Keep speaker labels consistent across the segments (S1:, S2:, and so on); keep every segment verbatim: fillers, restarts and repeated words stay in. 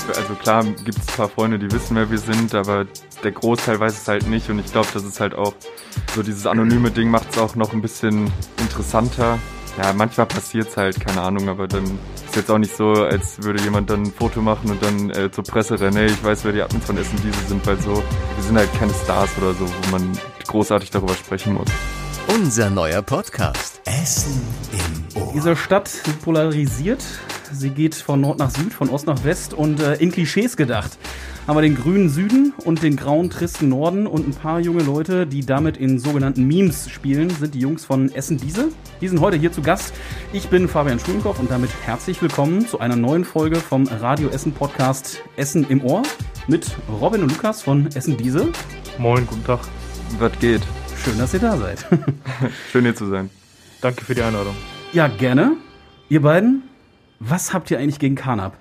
S1: also klar gibt es ein paar Freunde, die wissen, wer wir sind, aber der Großteil weiß es halt nicht und ich glaube, das ist halt auch so dieses anonyme Ding macht es auch noch ein bisschen interessanter. Ja, manchmal passiert es halt, keine Ahnung, aber dann ist jetzt auch nicht so, als würde jemand dann ein Foto machen und dann äh, zur Presse rennen, hey, ich weiß, wer die Admins von Essen Diese sind, weil so, wir sind halt keine Stars oder so, wo man großartig darüber sprechen muss.
S2: Unser neuer Podcast, Essen im Ohr.
S3: Diese Stadt polarisiert, sie geht von Nord nach Süd, von Ost nach West und äh, in Klischees gedacht haben wir den grünen Süden und den grauen, tristen Norden und ein paar junge Leute, die damit in sogenannten Memes spielen, sind die Jungs von Essen Diese. Die sind heute hier zu Gast. Ich bin Fabian Schulenkopf und damit herzlich willkommen zu einer neuen Folge vom Radio Essen Podcast Essen im Ohr mit Robin und Lukas von Essen Diese.
S4: Moin, guten Tag.
S1: Was geht?
S3: Schön, dass ihr da seid.
S1: Schön hier zu sein.
S4: Danke für die Einladung.
S3: Ja, gerne. Ihr beiden, was habt ihr eigentlich gegen Carnap?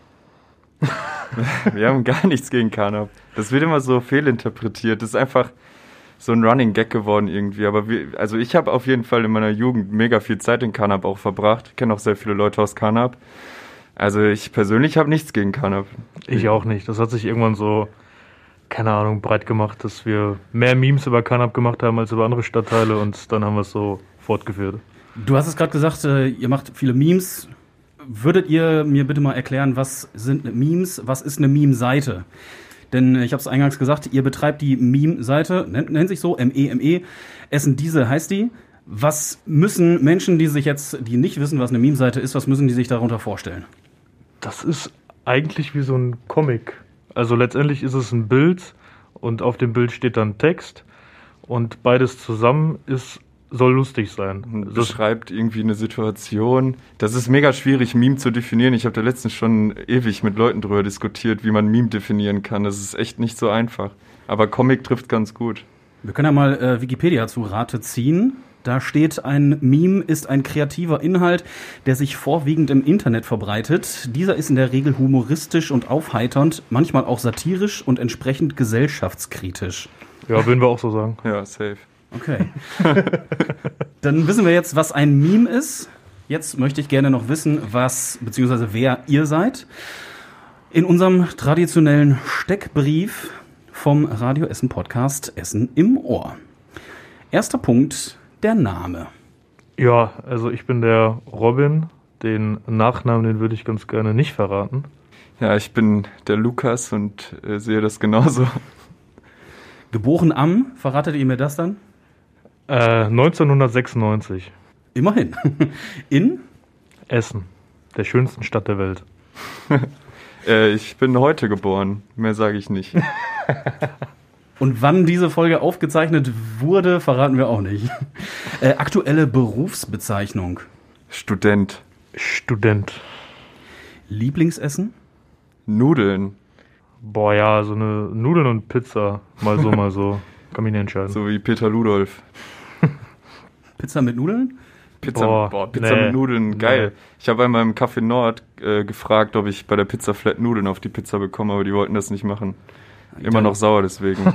S1: Wir haben gar nichts gegen Carnap. Das wird immer so fehlinterpretiert. Das ist einfach so ein Running Gag geworden irgendwie. Aber wir, also ich habe auf jeden Fall in meiner Jugend mega viel Zeit in Carnap auch verbracht. Ich kenne auch sehr viele Leute aus Carnap. Also ich persönlich habe nichts gegen Carnap.
S4: Ich auch nicht. Das hat sich irgendwann so, keine Ahnung, breit gemacht, dass wir mehr Memes über Carnap gemacht haben als über andere Stadtteile und dann haben wir es so fortgeführt.
S3: Du hast es gerade gesagt, äh, ihr macht viele Memes. Würdet ihr mir bitte mal erklären, was sind Memes, was ist eine Meme-Seite? Denn ich habe es eingangs gesagt, ihr betreibt die Meme-Seite, nennt, nennt sich so, M E M E, Essen Diese heißt die. Was müssen Menschen, die sich jetzt, die nicht wissen, was eine Meme-Seite ist, was müssen die sich darunter vorstellen?
S4: Das ist eigentlich wie so ein Comic. Also letztendlich ist es ein Bild und auf dem Bild steht dann Text und beides zusammen ist soll lustig sein.
S1: Beschreibt irgendwie eine Situation. Das ist mega schwierig, Meme zu definieren. Ich habe da letztens schon ewig mit Leuten drüber diskutiert, wie man Meme definieren kann. Das ist echt nicht so einfach. Aber Comic trifft ganz gut.
S3: Wir können ja mal äh, Wikipedia zu Rate ziehen. Da steht, ein Meme ist ein kreativer Inhalt, der sich vorwiegend im Internet verbreitet. Dieser ist in der Regel humoristisch und aufheiternd, manchmal auch satirisch und entsprechend gesellschaftskritisch.
S4: Ja, würden wir auch so sagen.
S1: Ja, safe.
S3: Okay. Dann wissen wir jetzt, was ein Meme ist. Jetzt möchte ich gerne noch wissen, was, beziehungsweise wer ihr seid. In unserem traditionellen Steckbrief vom Radio Essen Podcast Essen im Ohr. Erster Punkt, der Name.
S4: Ja, also ich bin der Robin. Den Nachnamen, den würde ich ganz gerne nicht verraten.
S1: Ja, ich bin der Lukas und äh, sehe das genauso.
S3: Geboren am, verratet ihr mir das dann?
S4: Äh, neunzehnhundertsechsundneunzig.
S3: Immerhin. In?
S4: Essen, der schönsten Stadt der Welt.
S1: äh, ich bin heute geboren, mehr sage ich nicht.
S3: Und wann diese Folge aufgezeichnet wurde, verraten wir auch nicht. Äh, aktuelle Berufsbezeichnung?
S1: Student.
S4: Student.
S3: Lieblingsessen?
S1: Nudeln.
S4: Boah, ja, so eine Nudeln und Pizza. Mal so, mal so. Kann mich nicht entscheiden.
S1: So wie Peter Ludolf.
S3: Pizza mit Nudeln?
S1: Pizza,
S4: boah,
S1: boah, Pizza
S4: nee,
S1: mit Nudeln, geil.
S4: Nee.
S1: Ich habe einmal im Café Nord äh, gefragt, ob ich bei der Pizza Flat Nudeln auf die Pizza bekomme, aber die wollten das nicht machen. Immer noch sauer deswegen.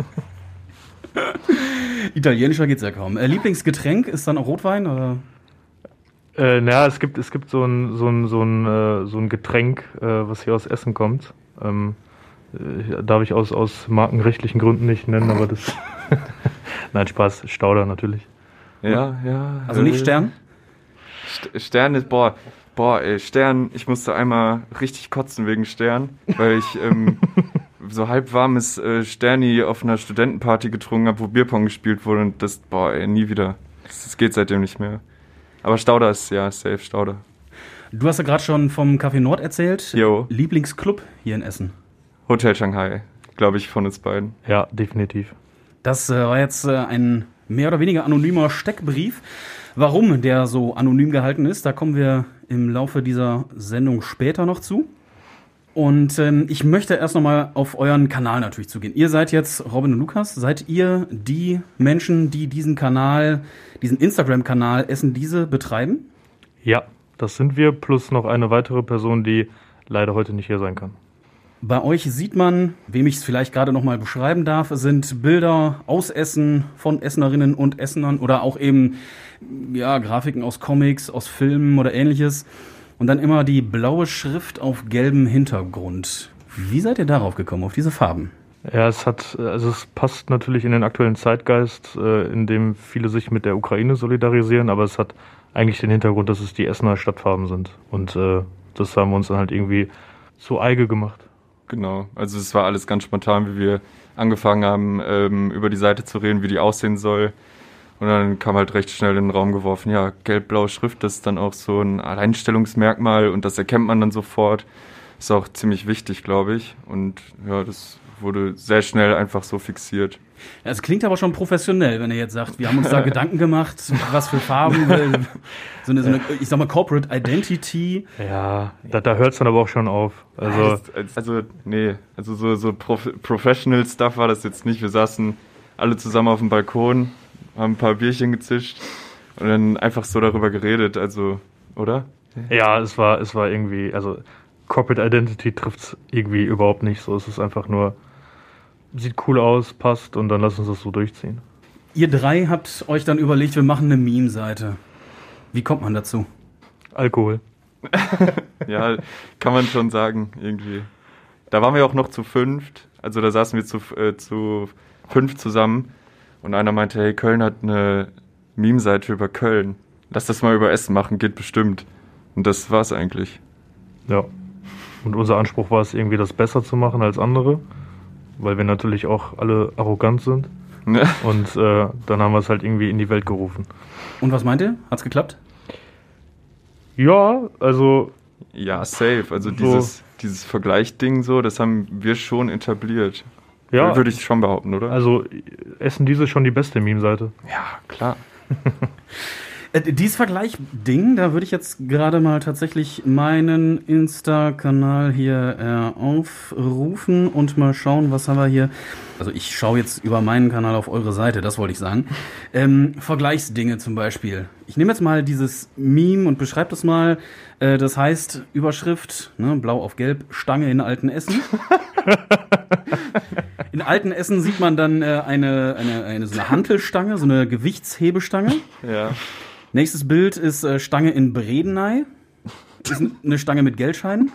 S3: Italienischer geht's ja kaum. Äh, Lieblingsgetränk ist dann auch Rotwein, oder?
S4: Äh, naja, es gibt, es gibt so ein, so ein, so ein, äh, so ein Getränk, äh, was hier aus Essen kommt. Ähm, äh, darf ich aus, aus markenrechtlichen Gründen nicht nennen, aber das... Nein, Spaß, Stauder natürlich.
S1: Ja, ja.
S3: Also nicht Stern?
S1: St- Stern ist, boah, boah, ey, Stern, ich musste einmal richtig kotzen wegen Stern, weil ich ähm, so halb warmes äh, Sterni auf einer Studentenparty getrunken habe, wo Bierpong gespielt wurde und das, boah, ey, nie wieder. Das, das geht seitdem nicht mehr. Aber Stauder ist, ja, safe, Stauder.
S3: Du hast ja gerade schon vom Café Nord erzählt.
S1: Jo.
S3: Lieblingsclub hier in Essen?
S1: Hotel Shanghai, glaube ich, von uns beiden.
S4: Ja, definitiv.
S3: Das äh, war jetzt äh, ein mehr oder weniger anonymer Steckbrief. Warum der so anonym gehalten ist, da kommen wir im Laufe dieser Sendung später noch zu. Und ähm, ich möchte erst nochmal auf euren Kanal natürlich zugehen. Ihr seid jetzt, Robin und Lukas, seid ihr die Menschen, die diesen Kanal, diesen Instagram-Kanal Essen Diese betreiben?
S4: Ja, das sind wir, plus noch eine weitere Person, die leider heute nicht hier sein kann.
S3: Bei euch sieht man, wem ich es vielleicht gerade nochmal beschreiben darf, sind Bilder aus Essen von Essenerinnen und Essenern oder auch eben ja, Grafiken aus Comics, aus Filmen oder ähnliches. Und dann immer die blaue Schrift auf gelbem Hintergrund. Wie seid ihr darauf gekommen, auf diese Farben?
S4: Ja, es hat, also es passt natürlich in den aktuellen Zeitgeist, äh, in dem viele sich mit der Ukraine solidarisieren, aber es hat eigentlich den Hintergrund, dass es die Essener Stadtfarben sind. Und äh, das haben wir uns dann halt irgendwie zu Eige gemacht.
S1: Genau, also es war alles ganz spontan, wie wir angefangen haben, ähm, über die Seite zu reden, wie die aussehen soll. Und dann kam halt recht schnell in den Raum geworfen, ja, gelb-blaue Schrift, das ist dann auch so ein Alleinstellungsmerkmal und das erkennt man dann sofort. Ist auch ziemlich wichtig, glaube ich. Und ja, das wurde sehr schnell einfach so fixiert.
S3: Ja, es klingt aber schon professionell, wenn ihr jetzt sagt, wir haben uns da Gedanken gemacht, was für Farben, äh, so eine, so eine, ich sag mal, Corporate Identity.
S4: Ja, da, da hört es dann aber auch schon auf. Also,
S1: also nee, also so, so Prof- Professional Stuff war das jetzt nicht. Wir saßen alle zusammen auf dem Balkon, haben ein paar Bierchen gezischt und dann einfach so darüber geredet, also, oder?
S4: Ja, es war, es war irgendwie, also Corporate Identity trifft es irgendwie überhaupt nicht so. Es ist einfach nur, sieht cool aus, passt und dann lass uns das so durchziehen.
S3: Ihr drei habt euch dann überlegt, wir machen eine Meme-Seite. Wie kommt man dazu?
S4: Alkohol.
S1: Ja, kann man schon sagen, irgendwie. Da waren wir auch noch zu fünft, also da saßen wir zu, äh, zu fünf zusammen und einer meinte, hey, Köln hat eine Meme-Seite über Köln. Lass das mal über Essen machen, geht bestimmt. Und das war's eigentlich.
S4: Ja. Und unser Anspruch war es, irgendwie das besser zu machen als andere, weil wir natürlich auch alle arrogant sind.
S1: Ne?
S4: Und äh, dann haben wir es halt irgendwie in die Welt gerufen.
S3: Und was meint ihr? Hat's geklappt?
S4: Ja, also...
S1: Ja, safe. Also
S4: so.
S1: dieses, dieses Vergleichding so, das haben wir schon etabliert.
S4: Ja,
S1: würde ich schon behaupten, oder?
S4: Also Essen diese ist schon die beste Meme-Seite.
S1: Ja, klar.
S3: Äh, dieses Vergleich-Ding, da würde ich jetzt gerade mal tatsächlich meinen Insta-Kanal hier äh, aufrufen und mal schauen, was haben wir hier. Also ich schaue jetzt über meinen Kanal auf eure Seite, das wollte ich sagen. Ähm, Vergleichsdinge zum Beispiel. Ich nehme jetzt mal dieses Meme und beschreibe das mal. Äh, das heißt, Überschrift, ne, blau auf gelb, Stange in Altenessen. In Altenessen sieht man dann äh, eine, eine, eine, so eine Hantelstange, so eine Gewichtshebestange.
S1: Ja.
S3: Nächstes Bild ist äh, Stange in Bredeney. Ist n- eine Stange mit Geldscheinen.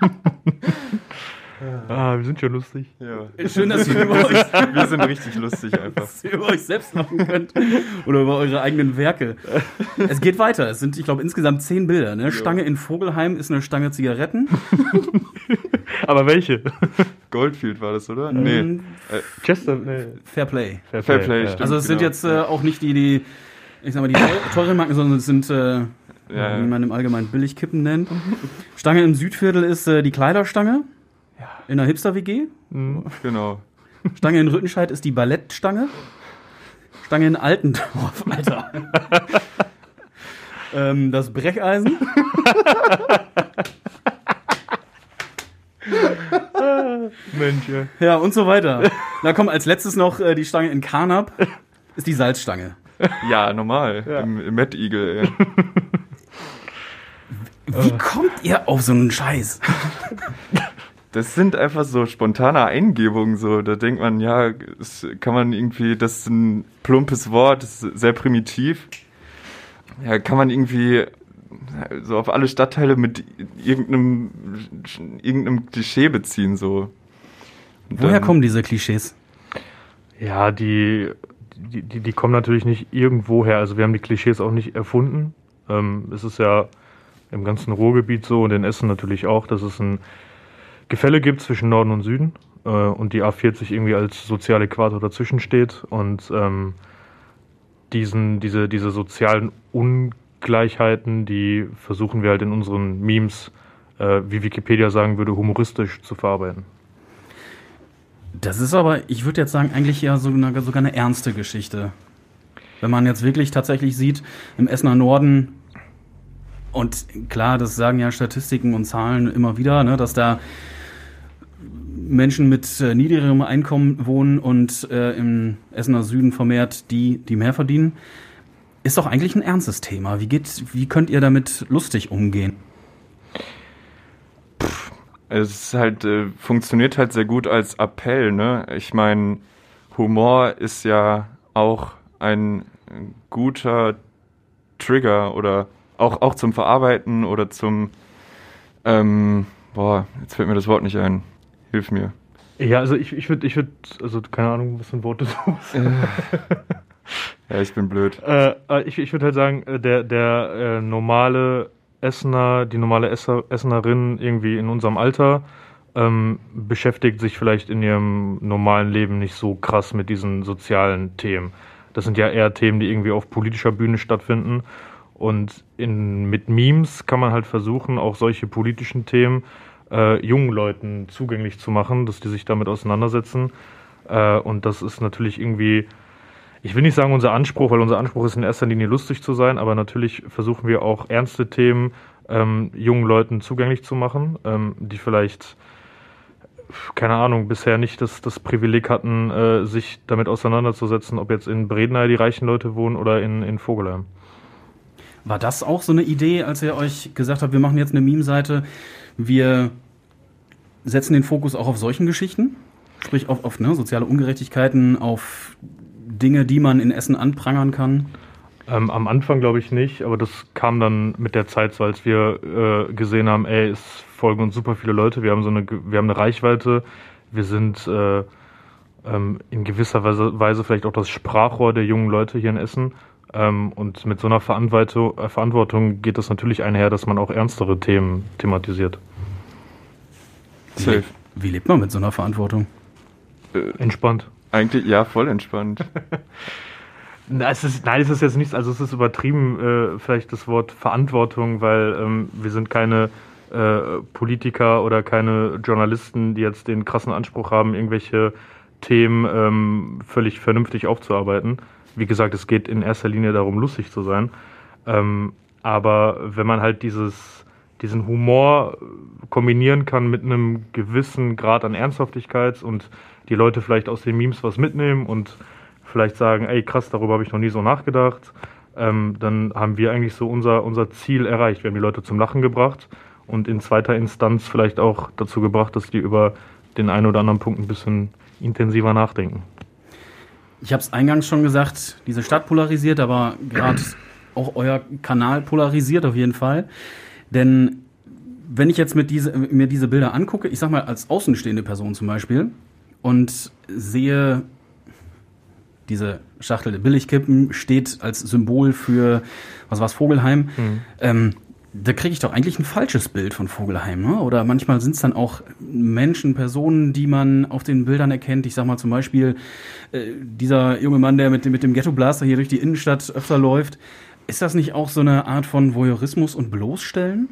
S4: Ah, wir sind schon lustig.
S1: Ja.
S3: Schön, dass ihr über euch,
S1: Wir sind richtig lustig einfach.
S3: dass ihr über euch selbst machen könnt. Oder über eure eigenen Werke. Es geht weiter. Es sind, ich glaube, insgesamt zehn Bilder. Ne? Stange in Vogelheim ist eine Stange Zigaretten.
S4: Aber welche?
S1: Goldfield war das, oder? Nee.
S3: Ähm,
S1: Äh,
S4: Chester? Nee.
S3: Fair Play.
S4: Fair
S1: Fair Play,
S4: ja.
S1: stimmt.
S3: Also es sind
S1: genau.
S3: jetzt äh, auch nicht die, die, ich sag mal, die teu- teuren Marken, sondern es sind, äh,
S1: Ja,
S3: wie man im Allgemeinen Billigkippen nennt. Stange im Südviertel ist äh, die Kleiderstange. In der Hipster-W G.
S4: Mhm.
S1: genau.
S3: Stange in Rüttenscheid ist die Ballettstange. Stange in Altendorf, Alter. ähm, das Brecheisen.
S4: Mensch, ja.
S3: Ja, und so weiter. Da kommt als letztes noch äh, die Stange in Carnap. Ist die Salzstange.
S1: Ja, normal.
S4: Ja.
S1: Im, im Mad Eagle, ey.
S3: Wie kommt ihr auf so einen Scheiß?
S1: Das sind einfach so spontane Eingebungen, so. Da denkt man, ja, es kann man irgendwie, das ist ein plumpes Wort, das ist sehr primitiv. Ja, kann man irgendwie so auf alle Stadtteile mit irgendeinem, irgendeinem Klischee beziehen, so. Und
S3: Woher
S1: dann-
S3: kommen diese Klischees?
S4: Ja, die, die, die, die kommen natürlich nicht irgendwo her. Also wir haben die Klischees auch nicht erfunden. Ähm, es ist ja im ganzen Ruhrgebiet so und in Essen natürlich auch, dass es ein Gefälle gibt zwischen Norden und Süden äh, und die A vierzig irgendwie als Sozialäquator dazwischen steht und ähm, diesen, diese, diese sozialen Ungleichheiten, die versuchen wir halt in unseren Memes, äh, wie Wikipedia sagen würde, humoristisch zu verarbeiten.
S3: Das ist aber, ich würde jetzt sagen, eigentlich ja so eine, sogar eine ernste Geschichte. Wenn man jetzt wirklich tatsächlich sieht, im Essener Norden, und klar, das sagen ja Statistiken und Zahlen immer wieder, ne, dass da Menschen mit äh, niedrigerem Einkommen wohnen und äh, im Essener Süden vermehrt die, die mehr verdienen. Ist doch eigentlich ein ernstes Thema. Wie geht, wie könnt ihr damit lustig umgehen?
S1: Es ist halt, äh, funktioniert halt sehr gut als Appell, ne? Ich meine, Humor ist ja auch ein guter Trigger oder auch, auch zum Verarbeiten oder zum, ähm, boah, jetzt fällt mir das Wort nicht ein. Hilf mir.
S4: Ja, also ich, ich würde, ich würd, also keine Ahnung, was für ein Wort du suchst.
S1: Ja, ich bin blöd.
S4: Äh, ich ich würde halt sagen, der, der äh, normale Essener, die normale Esser, Essenerin irgendwie in unserem Alter ähm, beschäftigt sich vielleicht in ihrem normalen Leben nicht so krass mit diesen sozialen Themen. Das sind ja eher Themen, die irgendwie auf politischer Bühne stattfinden. Und in, mit Memes kann man halt versuchen, auch solche politischen Themen Äh, jungen Leuten zugänglich zu machen, dass die sich damit auseinandersetzen. Äh, und das ist natürlich irgendwie, ich will nicht sagen unser Anspruch, weil unser Anspruch ist in erster Linie lustig zu sein, aber natürlich versuchen wir auch ernste Themen ähm, jungen Leuten zugänglich zu machen, ähm, die vielleicht, keine Ahnung, bisher nicht das, das Privileg hatten, äh, sich damit auseinanderzusetzen, ob jetzt in Bredeney die reichen Leute wohnen oder in, in Vogelheim.
S3: War das auch so eine Idee, als ihr euch gesagt habt, wir machen jetzt eine Meme-Seite, wir setzen den Fokus auch auf solchen Geschichten? Sprich auf, auf ne, soziale Ungerechtigkeiten, auf Dinge, die man in Essen anprangern kann?
S4: Ähm, am Anfang glaube ich nicht, aber das kam dann mit der Zeit so, als wir äh, gesehen haben, ey, es folgen uns super viele Leute, wir haben so eine, wir haben eine Reichweite, wir sind äh, ähm, in gewisser Weise, Weise vielleicht auch das Sprachrohr der jungen Leute hier in Essen. Ähm, und mit so einer Verantwortung, äh, Verantwortung geht es natürlich einher, dass man auch ernstere Themen thematisiert.
S3: Wie, wie lebt man mit so einer Verantwortung?
S4: Äh, entspannt.
S1: Eigentlich, ja, voll entspannt.
S4: Na, es ist, nein, es ist jetzt nichts, also es ist übertrieben, äh, vielleicht das Wort Verantwortung, weil ähm, wir sind keine äh, Politiker oder keine Journalisten, die jetzt den krassen Anspruch haben, irgendwelche Themen ähm, völlig vernünftig aufzuarbeiten. Wie gesagt, es geht in erster Linie darum, lustig zu sein. Ähm, aber wenn man halt dieses, diesen Humor kombinieren kann mit einem gewissen Grad an Ernsthaftigkeit und die Leute vielleicht aus den Memes was mitnehmen und vielleicht sagen, ey krass, darüber habe ich noch nie so nachgedacht, ähm, dann haben wir eigentlich so unser, unser Ziel erreicht. Wir haben die Leute zum Lachen gebracht und in zweiter Instanz vielleicht auch dazu gebracht, dass die über den einen oder anderen Punkt ein bisschen intensiver nachdenken.
S3: Ich habe es eingangs schon gesagt, diese Stadt polarisiert, aber gerade auch euer Kanal polarisiert auf jeden Fall. Denn wenn ich jetzt mit diese, mir diese Bilder angucke, ich sag mal als außenstehende Person zum Beispiel, und sehe, diese Schachtel der Billigkippen steht als Symbol für, was war's, Vogelheim, mhm. ähm, da kriege ich doch eigentlich ein falsches Bild von Vogelheim, ne? Oder manchmal sind es dann auch Menschen, Personen, die man auf den Bildern erkennt. Ich sag mal zum Beispiel äh, dieser junge Mann, der mit dem, mit dem Ghetto-Blaster hier durch die Innenstadt öfter läuft. Ist das nicht auch so eine Art von Voyeurismus und Bloßstellen?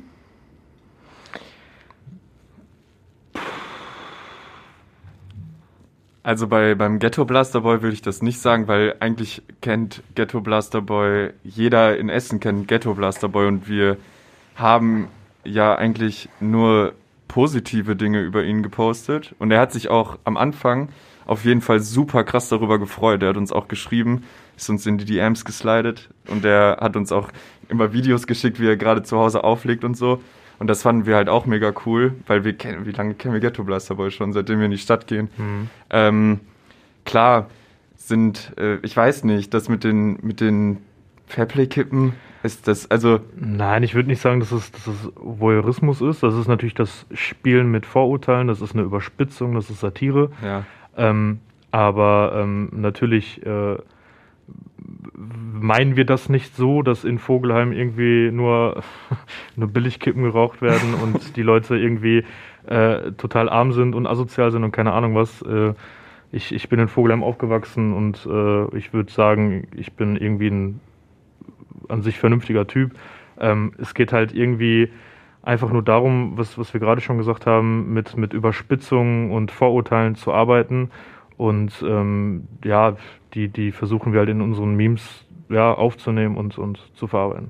S1: Also bei beim Ghetto Blaster Boy würde ich das nicht sagen, weil eigentlich kennt Ghetto Blaster Boy, jeder in Essen kennt Ghetto Blaster Boy und wir haben ja eigentlich nur positive Dinge über ihn gepostet. Und er hat sich auch am Anfang auf jeden Fall super krass darüber gefreut. Er hat uns auch geschrieben, ist uns in die D Ms geslidet und er hat uns auch immer Videos geschickt, wie er gerade zu Hause auflegt und so. Und das fanden wir halt auch mega cool, weil wir kennen, wie lange kennen wir Ghetto Blaster Boy schon, seitdem wir in die Stadt gehen. Mhm. Ähm, klar sind, äh, ich weiß nicht, das mit den, mit den Fairplay-Kippen, ist das, also...
S4: Nein, ich würde nicht sagen, dass es, dass es Voyeurismus ist. Das ist natürlich das Spielen mit Vorurteilen, das ist eine Überspitzung, das ist Satire.
S1: Ja.
S4: Ähm, aber ähm, natürlich äh, meinen wir das nicht so, dass in Vogelheim irgendwie nur, nur Billigkippen geraucht werden und die Leute irgendwie äh, total arm sind und asozial sind und keine Ahnung was. Äh, ich, ich bin in Vogelheim aufgewachsen und äh, ich würde sagen, ich bin irgendwie ein an sich vernünftiger Typ. Ähm, es geht halt irgendwie einfach nur darum, was, was wir gerade schon gesagt haben, mit, mit Überspitzungen und Vorurteilen zu arbeiten. Und ähm, ja, die, die versuchen wir halt in unseren Memes ja, aufzunehmen und, und zu verarbeiten.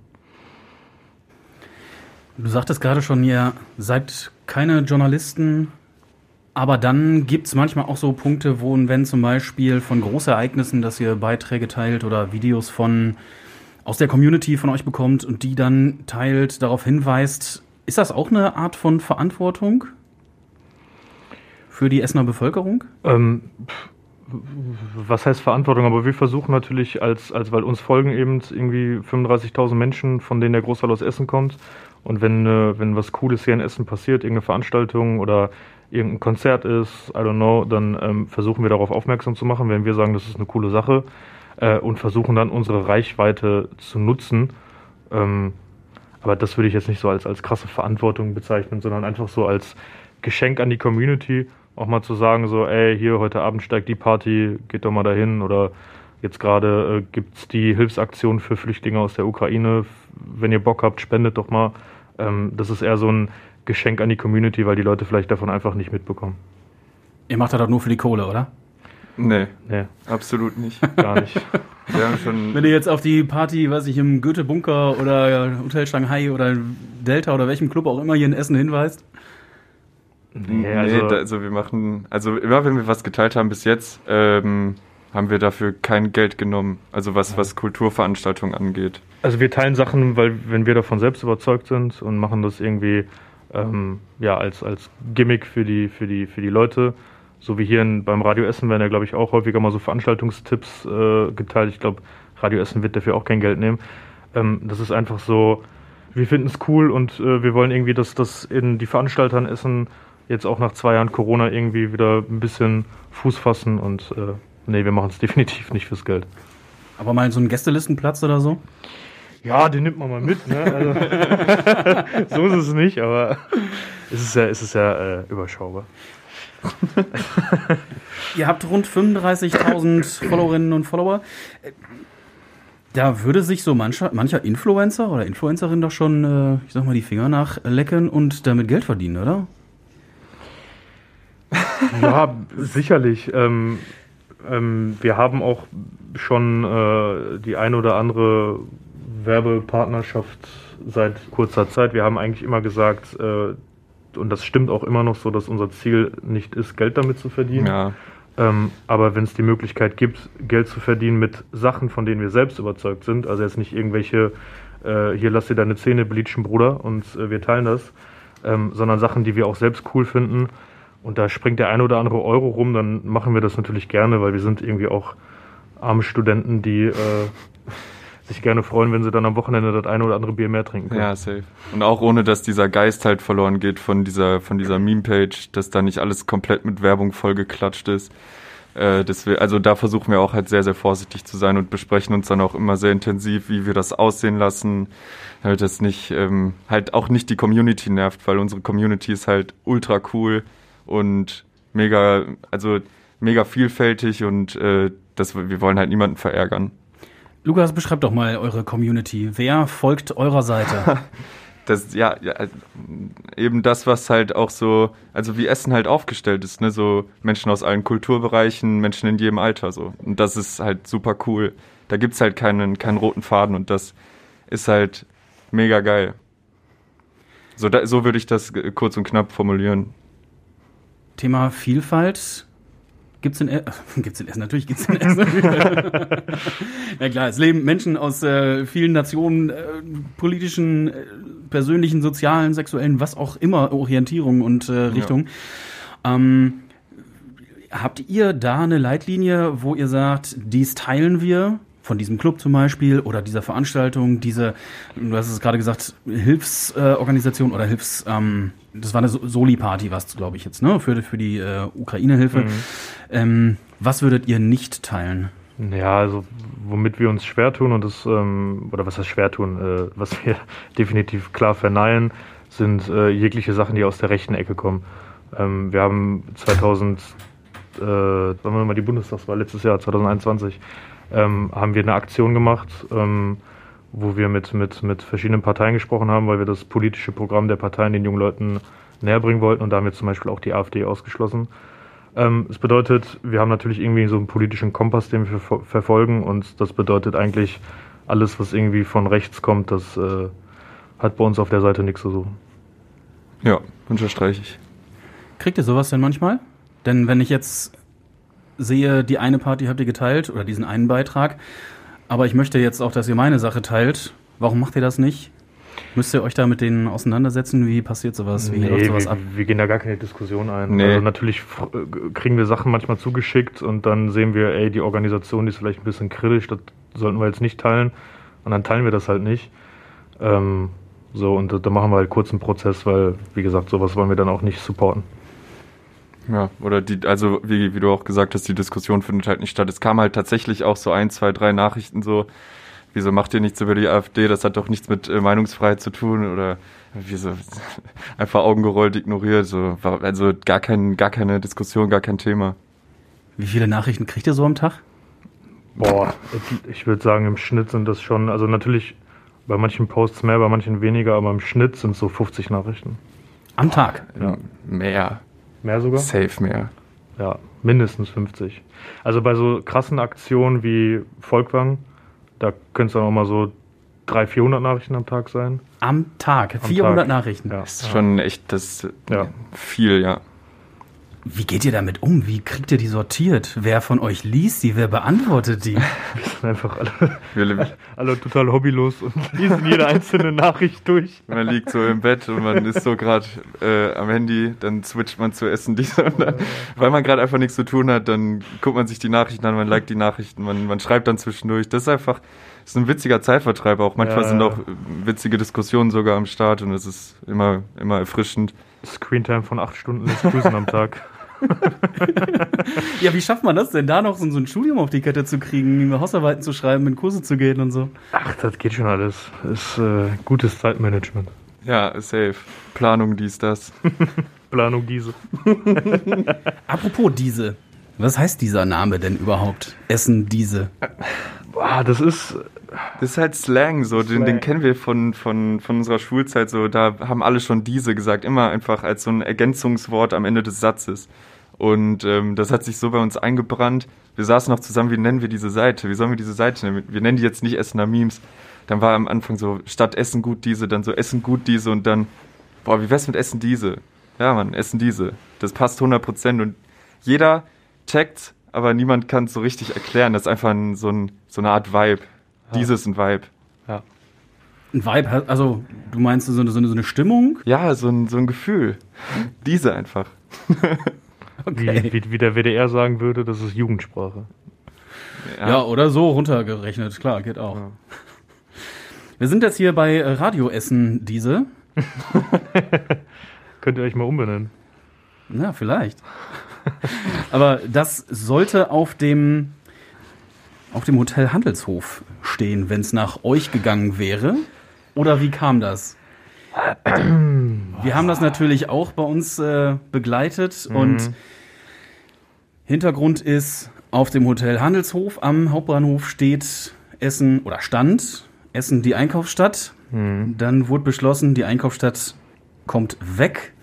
S3: Du sagtest gerade schon, ihr seid keine Journalisten, aber dann gibt es manchmal auch so Punkte, wo, wenn zum Beispiel von Großereignissen, dass ihr Beiträge teilt oder Videos von aus der Community von euch bekommt und die dann teilt, darauf hinweist, ist das auch eine Art von Verantwortung für die Essener Bevölkerung?
S4: Ähm, was heißt Verantwortung? Aber wir versuchen natürlich, als, als weil uns folgen eben irgendwie fünfunddreißigtausend Menschen, von denen der Großteil aus Essen kommt. Und wenn, äh, wenn was Cooles hier in Essen passiert, irgendeine Veranstaltung oder irgendein Konzert ist, I don't know, dann ähm, versuchen wir darauf aufmerksam zu machen, wenn wir sagen, das ist eine coole Sache äh, und versuchen dann unsere Reichweite zu nutzen. Ähm, aber das würde ich jetzt nicht so als, als krasse Verantwortung bezeichnen, sondern einfach so als Geschenk an die Community, auch mal zu sagen so, ey, hier heute Abend steigt die Party, geht doch mal dahin, oder jetzt gerade äh, gibt es die Hilfsaktion für Flüchtlinge aus der Ukraine, wenn ihr Bock habt, spendet doch mal. Ähm, das ist eher so ein Geschenk an die Community, weil die Leute vielleicht davon einfach nicht mitbekommen.
S3: Ihr macht das doch nur für die Kohle, oder?
S1: Nee,
S4: Nee,
S1: absolut nicht.
S4: gar nicht.
S1: Wir haben schon...
S3: Wenn ihr jetzt auf die Party, weiß ich, im Goethe-Bunker oder Hotel Shanghai oder Delta oder welchem Club auch immer hier in Essen hinweist?
S1: Nee,
S4: also-
S1: da, also wir machen... Also immer, wenn wir was geteilt haben bis jetzt, ähm, haben wir dafür kein Geld genommen. Also was, was Kulturveranstaltungen angeht.
S4: Also wir teilen Sachen, weil wenn wir davon selbst überzeugt sind und machen das irgendwie ähm, ja, als, als Gimmick für die, für, die, für die Leute. So wie hier in, beim Radio Essen werden ja, glaube ich, auch häufiger mal so Veranstaltungstipps äh, geteilt. Ich glaube, Radio Essen wird dafür auch kein Geld nehmen. Ähm, das ist einfach so, wir finden es cool und äh, wir wollen irgendwie, dass das in die Veranstalter in Essen jetzt auch nach zwei Jahren Corona irgendwie wieder ein bisschen Fuß fassen und äh, nee, wir machen es definitiv nicht fürs Geld.
S3: Aber mal so einen Gästelistenplatz oder so?
S4: Ja, den nimmt man mal mit, ne? Also, so ist es nicht, aber es ist ja, es ist ja äh, überschaubar.
S3: Ihr habt rund fünfunddreißigtausend Followerinnen und Follower. Da würde sich so mancher, mancher Influencer oder Influencerin doch schon, äh, ich sag mal, die Finger nachlecken und damit Geld verdienen, oder?
S4: Ja, sicherlich. Ähm, ähm, wir haben auch schon äh, die ein oder andere Werbepartnerschaft seit kurzer Zeit. Wir haben eigentlich immer gesagt, äh, und das stimmt auch immer noch so, dass unser Ziel nicht ist, Geld damit zu verdienen.
S1: Ja.
S4: Ähm, aber wenn es die Möglichkeit gibt, Geld zu verdienen mit Sachen, von denen wir selbst überzeugt sind, also jetzt nicht irgendwelche, äh, hier lass dir deine Zähne bleachen, Bruder, und äh, wir teilen das, ähm, sondern Sachen, die wir auch selbst cool finden, und da springt der ein oder andere Euro rum, dann machen wir das natürlich gerne, weil wir sind irgendwie auch arme Studenten, die äh, sich gerne freuen, wenn sie dann am Wochenende das eine oder andere Bier mehr trinken können.
S1: Ja, safe. Und auch ohne, dass dieser Geist halt verloren geht von dieser, von dieser Meme-Page, dass da nicht alles komplett mit Werbung vollgeklatscht ist. Äh, das wir, also da versuchen wir auch halt sehr, sehr vorsichtig zu sein und besprechen uns dann auch immer sehr intensiv, wie wir das aussehen lassen, damit das nicht, ähm, halt auch nicht die Community nervt, weil unsere Community ist halt ultra cool und mega, also mega vielfältig und äh, das, wir wollen halt niemanden verärgern.
S3: Lukas, beschreibt doch mal eure Community. Wer folgt eurer Seite?
S1: Das, ja, ja, eben das, was halt auch so, also wie Essen halt aufgestellt ist, ne, so Menschen aus allen Kulturbereichen, Menschen in jedem Alter, so. Und das ist halt super cool. Da gibt's halt keinen, keinen roten Faden und das ist halt mega geil. So, da, so würde ich das kurz und knapp formulieren.
S3: Thema Vielfalt. Gibt's in Essen? Gibt's in Essen? Natürlich gibt's in Essen. Ja klar, es leben Menschen aus äh, vielen Nationen, äh, politischen, äh, persönlichen, sozialen, sexuellen, was auch immer, Orientierungen und äh, Richtungen. Ja. Ähm, habt ihr da eine Leitlinie, wo ihr sagt, dies teilen wir? Von diesem Club zum Beispiel oder dieser Veranstaltung, diese, du hast es gerade gesagt, Hilfsorganisation äh, oder Hilfs, ähm, das war eine Soli-Party, was glaube ich jetzt, ne, für, für die äh, Ukraine-Hilfe. Mhm. Ähm, was würdet ihr nicht teilen?
S4: Ja, also womit wir uns schwer tun und das, ähm, oder was heißt schwer tun, äh, was wir definitiv klar verneinen, sind äh, jegliche Sachen, die aus der rechten Ecke kommen. Ähm, wir haben zweitausend, äh, sagen wir mal die Bundestagswahl letztes Jahr, zwanzig einundzwanzig, Ähm, haben wir eine Aktion gemacht, ähm, wo wir mit, mit, mit verschiedenen Parteien gesprochen haben, weil wir das politische Programm der Parteien den jungen Leuten näher bringen wollten und da haben wir zum Beispiel auch die AfD ausgeschlossen. Ähm, das bedeutet, wir haben natürlich irgendwie so einen politischen Kompass, den wir ver- verfolgen und das bedeutet eigentlich, alles, was irgendwie von rechts kommt, das äh, hat bei uns auf der Seite nichts zu suchen.
S1: Ja, unterstreiche ich.
S3: Kriegt ihr sowas denn manchmal? Denn wenn ich jetzt sehe, die eine Party habt ihr geteilt oder diesen einen Beitrag, aber ich möchte jetzt auch, dass ihr meine Sache teilt. Warum macht ihr das nicht? Müsst ihr euch da mit denen auseinandersetzen? Wie passiert sowas? Wie
S4: nee,
S3: läuft sowas
S4: wir,
S3: ab?
S4: wir gehen da gar keine Diskussion ein.
S1: Nee.
S4: Also natürlich f- kriegen wir Sachen manchmal zugeschickt und dann sehen wir, ey, die Organisation die ist vielleicht ein bisschen kritisch, das sollten wir jetzt nicht teilen und dann teilen wir das halt nicht. Ähm, So, und da machen wir halt kurz einen Prozess, weil, wie gesagt, sowas wollen wir dann auch nicht supporten.
S1: Ja, oder die, also wie, wie du auch gesagt hast, die Diskussion findet halt nicht statt. Es kam halt tatsächlich auch so ein, zwei, drei Nachrichten so, wieso macht ihr nichts über die AfD, das hat doch nichts mit äh, Meinungsfreiheit zu tun oder wieso einfach Augen gerollt, ignoriert, so, also gar kein, gar keine Diskussion, gar kein Thema.
S3: Wie viele Nachrichten kriegt ihr so am Tag?
S4: Boah, ich würde sagen, im Schnitt sind das schon, also natürlich bei manchen Posts mehr, bei manchen weniger, aber im Schnitt sind es so fünfzig Nachrichten.
S3: Am Tag?
S1: Ja. Mehr.
S4: Mehr sogar?
S1: Safe mehr.
S4: Ja, mindestens fünfzig. Also bei so krassen Aktionen wie Volkwang, da können es dann auch mal so dreihundert, vierhundert Nachrichten am Tag sein.
S3: Am Tag?
S4: Am
S3: vierhundert
S4: Tag.
S3: Nachrichten?
S4: Ja.
S1: Das ist schon echt das
S4: Ja.
S1: viel, ja.
S3: Wie geht ihr damit um? Wie kriegt ihr die sortiert? Wer von euch liest die? Wer beantwortet die?
S4: Wir sind einfach alle,
S1: Wir,
S4: alle total hobbylos und lesen jede einzelne Nachricht durch.
S1: man liegt so im Bett und man ist so gerade äh, am Handy, dann switcht man zu Essen diese und dann, weil man gerade einfach nichts zu tun hat, dann guckt man sich die Nachrichten an, man liked die Nachrichten, man, man schreibt dann zwischendurch. Das ist einfach, das ist ein witziger Zeitvertreib auch. Manchmal
S4: Ja,
S1: sind
S4: ja.
S1: auch witzige Diskussionen sogar am Start und es ist immer, immer erfrischend.
S4: Screentime von acht Stunden lässt grüßen am Tag.
S3: Ja, wie schafft man das denn, da noch so so ein Studium auf die Kette zu kriegen, Hausarbeiten zu schreiben, in Kurse zu gehen und so?
S4: Ach, das geht schon alles. Ist äh, gutes Zeitmanagement.
S1: Ja, safe. Planung, dies, das.
S4: Planung diese.
S3: Apropos diese. Was heißt dieser Name denn überhaupt? Essen diese.
S4: Boah, das ist...
S1: Das ist halt Slang, so, den,
S4: Slang.
S1: den kennen wir von, von, von unserer Schulzeit, so, da haben alle schon diese gesagt, immer einfach als so ein Ergänzungswort am Ende des Satzes. Und ähm, das hat sich so bei uns eingebrannt. Wir saßen noch zusammen, wie nennen wir diese Seite? Wie sollen wir diese Seite nennen? Wir nennen die jetzt nicht Essener Memes. Dann war am Anfang so, statt Essen gut diese, dann so Essen gut diese und dann, boah, wie wär's mit Essen diese? Ja, Mann, Essen diese. Das passt hundert Prozent und jeder checkt, aber niemand kann es so richtig erklären. Das ist einfach ein, so, ein, so eine Art Vibe.
S4: Ja.
S1: Dieses ein Vibe.
S4: Ja.
S3: Ein Vibe, also du meinst so eine, so eine, so eine Stimmung?
S1: Ja, so ein, so ein Gefühl. Diese einfach.
S3: Okay.
S4: Wie, wie, wie der W D R sagen würde, das ist Jugendsprache.
S3: Ja, oder so runtergerechnet, klar, geht auch.
S1: Ja.
S3: Wir sind jetzt hier bei äh, Radio Essen diese.
S4: Könnt ihr euch mal umbenennen.
S3: Ja, vielleicht. Aber das sollte auf dem, auf dem Hotel Handelshof stehen, wenn es nach euch gegangen wäre. Oder wie kam das? Wir haben das natürlich auch bei uns äh, begleitet
S4: Mhm.
S3: und Hintergrund ist, auf dem Hotel Handelshof am Hauptbahnhof steht Essen oder stand Essen die Einkaufsstadt.
S4: Mhm.
S3: Dann wurde beschlossen, die Einkaufsstadt kommt weg.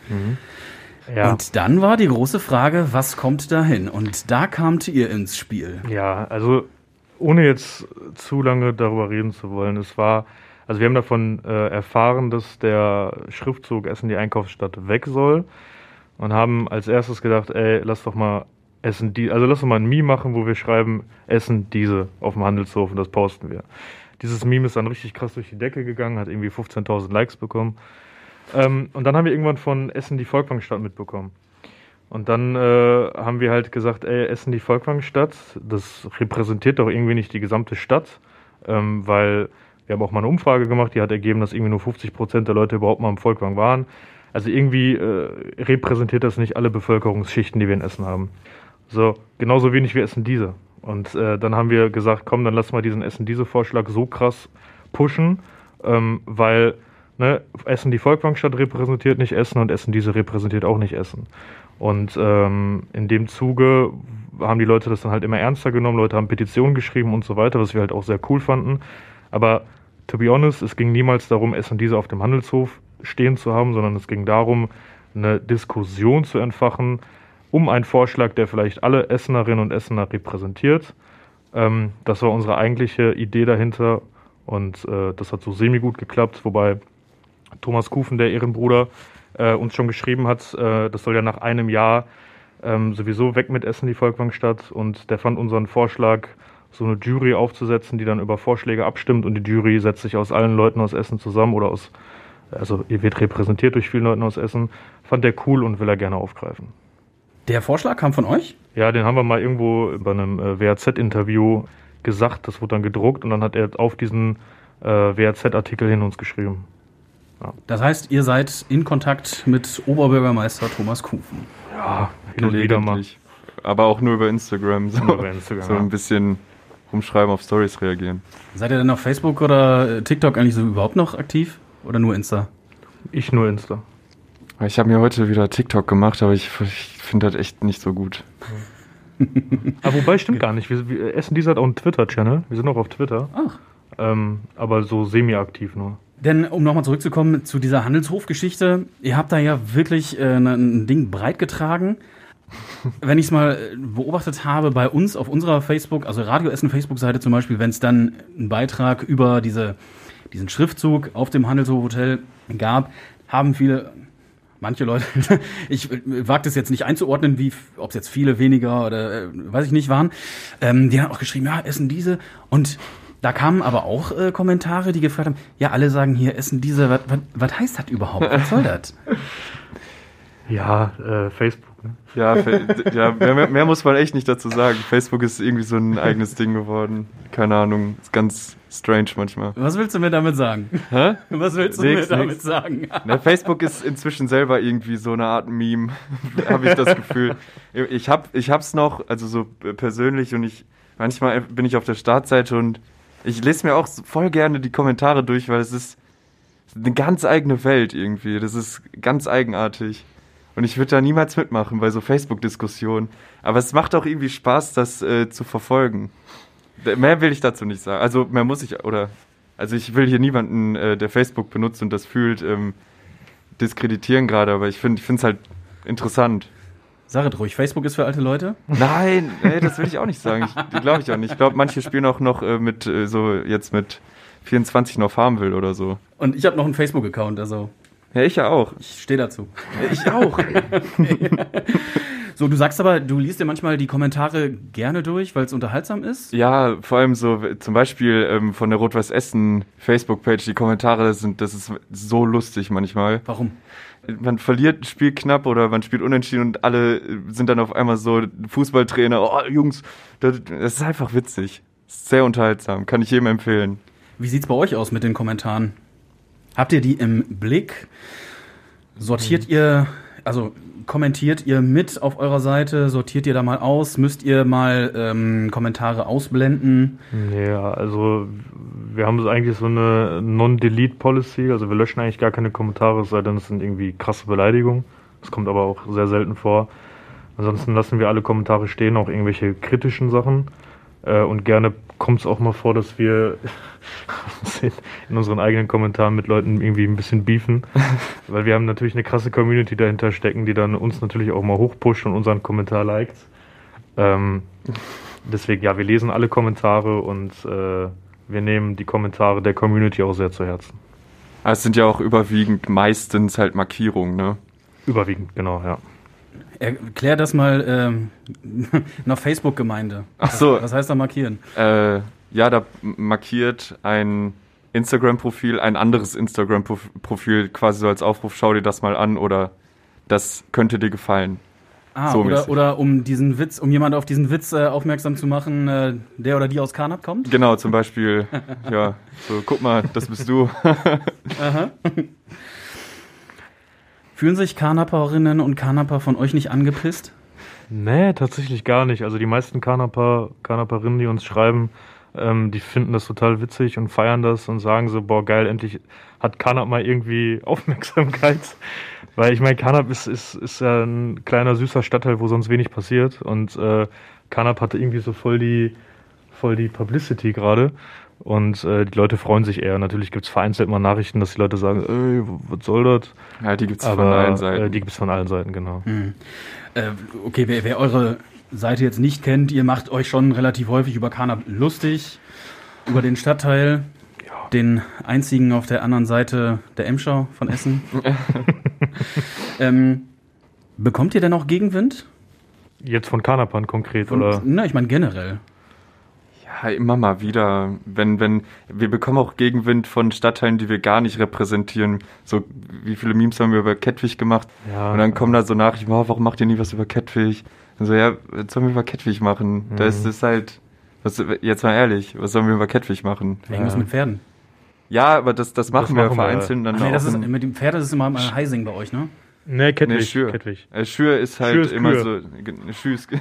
S4: Ja.
S3: Und dann war die große Frage, was kommt dahin? Und da kamt ihr ins Spiel.
S4: Ja, also ohne jetzt zu lange darüber reden zu wollen, es war, also wir haben davon äh, erfahren, dass der Schriftzug Essen die Einkaufsstadt weg soll und haben als erstes gedacht, ey, lass doch mal Essen die, also lass doch mal ein Meme machen, wo wir schreiben Essen diese auf dem Handelshof und das posten wir. Dieses Meme ist dann richtig krass durch die Decke gegangen, hat irgendwie fünfzehntausend Likes bekommen. Ähm, und dann haben wir irgendwann von Essen die Volkwangstadt mitbekommen. Und dann äh, haben wir halt gesagt, ey, Essen die Volkwangstadt, das repräsentiert doch irgendwie nicht die gesamte Stadt, ähm, weil wir haben auch mal eine Umfrage gemacht, die hat ergeben, dass irgendwie nur fünfzig Prozent der Leute überhaupt mal im Volkwang waren. Also irgendwie äh, repräsentiert das nicht alle Bevölkerungsschichten, die wir in Essen haben. So, genauso wenig wie Essen diese. Und äh, dann haben wir gesagt, komm, dann lass mal diesen Essen diese Vorschlag so krass pushen, ähm, weil ne, Essen die Volkwangstadt repräsentiert nicht Essen und Essen diese repräsentiert auch nicht Essen. Und ähm, in dem Zuge haben die Leute das dann halt immer ernster genommen, Leute haben Petitionen geschrieben und so weiter, was wir halt auch sehr cool fanden. Aber to be honest, es ging niemals darum, Essen diese auf dem Handelshof stehen zu haben, sondern es ging darum, eine Diskussion zu entfachen, um einen Vorschlag, der vielleicht alle Essenerinnen und Essener repräsentiert. Ähm, das war unsere eigentliche Idee dahinter und äh, das hat so semi-gut geklappt, wobei Thomas Kufen, der Ehrenbruder, äh, uns schon geschrieben hat, äh, das soll ja nach einem Jahr ähm, sowieso weg mit Essen die Volkwangstadt und der fand unseren Vorschlag, so eine Jury aufzusetzen, die dann über Vorschläge abstimmt und die Jury setzt sich aus allen Leuten aus Essen zusammen oder aus, also ihr wird repräsentiert durch viele Leute aus Essen, fand der cool und will er gerne aufgreifen.
S3: Der Vorschlag kam von euch?
S4: Ja, den haben wir mal irgendwo bei einem äh, W A Z-Interview gesagt, das wurde dann gedruckt und dann hat er auf diesen äh, W A Z-Artikel hin uns geschrieben. Ja.
S3: Das heißt, ihr seid in Kontakt mit Oberbürgermeister Thomas Kufen.
S4: Ja, hin und wieder mal.
S1: Aber auch nur über Instagram. So,
S4: Nur über Instagram,
S1: so
S4: ja.
S1: ein bisschen rumschreiben, auf Stories reagieren.
S3: Seid ihr denn auf Facebook oder TikTok eigentlich so überhaupt noch aktiv? Oder nur Insta?
S4: Ich nur Insta.
S1: Ich habe mir heute wieder TikTok gemacht, aber ich, ich finde das echt nicht so gut.
S4: Aber wobei, stimmt gar nicht. Wir, wir Essen dieser hat auch einen Twitter-Channel. Wir sind auch auf Twitter.
S3: Ach.
S4: Ähm, aber so semi-aktiv nur.
S3: Denn um nochmal zurückzukommen zu dieser Handelshof-Geschichte, ihr habt da ja wirklich äh, ein Ding breit getragen. Wenn ich es mal beobachtet habe, bei uns auf unserer Facebook, also Radio Essen Facebook-Seite zum Beispiel, wenn es dann einen Beitrag über diese, diesen Schriftzug auf dem Handelshof Hotel gab, haben viele, manche Leute, ich wage das jetzt nicht einzuordnen, wie ob es jetzt viele, weniger oder äh, weiß ich nicht waren, ähm, die haben auch geschrieben, ja, Essen diese. Und da kamen aber auch äh, Kommentare, die gefragt haben, ja, alle sagen hier, Essen diese, was heißt das überhaupt? Was soll das?
S4: Ja, äh, Facebook. Ne?
S1: Ja, ja mehr, mehr muss man echt nicht dazu sagen. Facebook ist irgendwie so ein eigenes Ding geworden. Keine Ahnung, ist ganz strange manchmal.
S3: Was willst du mir damit sagen?
S1: Hä?
S3: Was willst du
S1: nix,
S3: mir damit
S1: nix.
S3: sagen?
S1: Na, Facebook ist inzwischen selber irgendwie so eine Art Meme, habe ich das Gefühl. Ich hab, ich hab's noch, also so persönlich, und ich manchmal bin ich auf der Startseite und ich lese mir auch voll gerne die Kommentare durch, weil es ist eine ganz eigene Welt irgendwie. Das ist ganz eigenartig. Und ich würde da niemals mitmachen bei so Facebook-Diskussionen. Aber es macht auch irgendwie Spaß, das äh, zu verfolgen. Mehr will ich dazu nicht sagen. Also mehr muss ich, oder, also ich will hier niemanden, äh, der Facebook benutzt und das fühlt, ähm, diskreditieren gerade, aber ich finde ich finde es halt interessant.
S3: Sag es ruhig, Facebook ist für alte Leute?
S1: Nein, nee, das will ich auch nicht sagen. Ich, glaube ich auch nicht. Ich glaube, manche spielen auch noch äh, mit, äh, so jetzt mit vierundzwanzig noch Farmville oder so.
S3: Und ich habe noch einen Facebook-Account, also...
S1: Ja, ich ja auch.
S3: Ich stehe dazu.
S1: Ich auch.
S3: So, du sagst aber, du liest dir manchmal die Kommentare gerne durch, weil es unterhaltsam ist?
S1: Ja, vor allem so, zum Beispiel ähm, von der Rot-Weiß Essen Facebook-Page, die Kommentare, das, sind, das ist so lustig manchmal.
S3: Warum?
S1: Man verliert ein Spiel knapp oder man spielt unentschieden und alle sind dann auf einmal so Fußballtrainer, oh Jungs, das, das ist einfach witzig. Das ist sehr unterhaltsam, kann ich jedem empfehlen.
S3: Wie sieht's bei euch aus mit den Kommentaren? Habt ihr die im Blick? Sortiert mhm. ihr, also kommentiert ihr mit auf eurer Seite? Sortiert ihr da mal aus? Müsst ihr mal ähm, Kommentare ausblenden?
S4: Ja, also wir haben so eigentlich so eine Non-Delete-Policy. Also wir löschen eigentlich gar keine Kommentare, es sei denn, es sind irgendwie krasse Beleidigungen. Das kommt aber auch sehr selten vor. Ansonsten lassen wir alle Kommentare stehen, auch irgendwelche kritischen Sachen. Äh, und gerne kommt es auch mal vor, dass wir in unseren eigenen Kommentaren mit Leuten irgendwie ein bisschen beefen, weil wir haben natürlich eine krasse Community dahinter stecken, die dann uns natürlich auch mal hochpusht und unseren Kommentar liked. Ähm, deswegen, ja, wir lesen alle Kommentare und äh, wir nehmen die Kommentare der Community auch sehr zu Herzen.
S1: Es sind ja auch überwiegend meistens halt Markierungen, ne?
S4: Überwiegend, genau, ja.
S3: Erklär das mal ähm, nach Facebook-Gemeinde.
S1: Ach so.
S3: Was, was heißt da markieren?
S1: Äh, ja, da markiert ein Instagram-Profil ein anderes Instagram-Profil quasi so als Aufruf, schau dir das mal an oder das könnte dir gefallen.
S3: Ah,
S1: so
S3: oder, oder um diesen Witz, um jemand auf diesen Witz äh, aufmerksam zu machen, äh, der oder die aus Karnap kommt?
S1: Genau, zum Beispiel, ja, so guck mal, das bist du.
S3: Aha. Fühlen sich Karnaperinnen und Karnaper von euch nicht angepisst?
S4: Nee, tatsächlich gar nicht. Also die meisten Karnaper, Karnaperinnen, die uns schreiben, ähm, die finden das total witzig und feiern das und sagen so, boah geil, endlich hat Karnap mal irgendwie Aufmerksamkeit. Weil ich meine, Karnap ist, ist, ist ja ein kleiner, süßer Stadtteil, wo sonst wenig passiert. Und äh, Karnap hatte irgendwie so voll die, voll die Publicity gerade. Und äh, die Leute freuen sich eher. Natürlich gibt es vereinzelt mal Nachrichten, dass die Leute sagen, ey, was soll das?
S1: Ja, die gibt's
S4: Aber,
S1: von allen Seiten.
S4: Äh, die gibt's von allen Seiten, genau.
S3: Hm. Äh, okay, wer, wer eure Seite jetzt nicht kennt, ihr macht euch schon relativ häufig über Karnap lustig, über den Stadtteil, ja. Den einzigen auf der anderen Seite der Emscher von Essen. ähm, bekommt ihr denn auch Gegenwind?
S4: Jetzt von Karnapern konkret,
S3: von,
S4: oder?
S3: Na, ich meine generell.
S1: Ja, immer mal wieder. Wenn, wenn, wir bekommen auch Gegenwind von Stadtteilen, die wir gar nicht repräsentieren. So, wie viele Memes haben wir über Kettwig gemacht?
S4: Ja.
S1: Und dann kommen da so Nachrichten, oh, warum macht ihr nie was über Kettwig? Und so, ja, jetzt sollen wir über Kettwig machen.
S4: Mhm.
S1: Da ist es halt, was, jetzt mal ehrlich, was sollen wir über Kettwig machen?
S3: Irgendwas
S4: Ja.
S3: mit Pferden.
S1: Ja, aber das, das machen
S4: Das
S1: wir
S4: machen wir.
S1: vereinzelt dann
S3: Ach nee,
S1: auch.
S3: das ist,
S1: in-
S3: mit dem Pferd das ist immer mal Heising bei euch, ne?
S4: Nee, Kettwig.
S1: Nee, Schür.
S4: Kettwig.
S1: Äh, Schür ist halt
S4: Schür ist
S1: immer
S4: Kühe.
S1: so. ge- Schür ist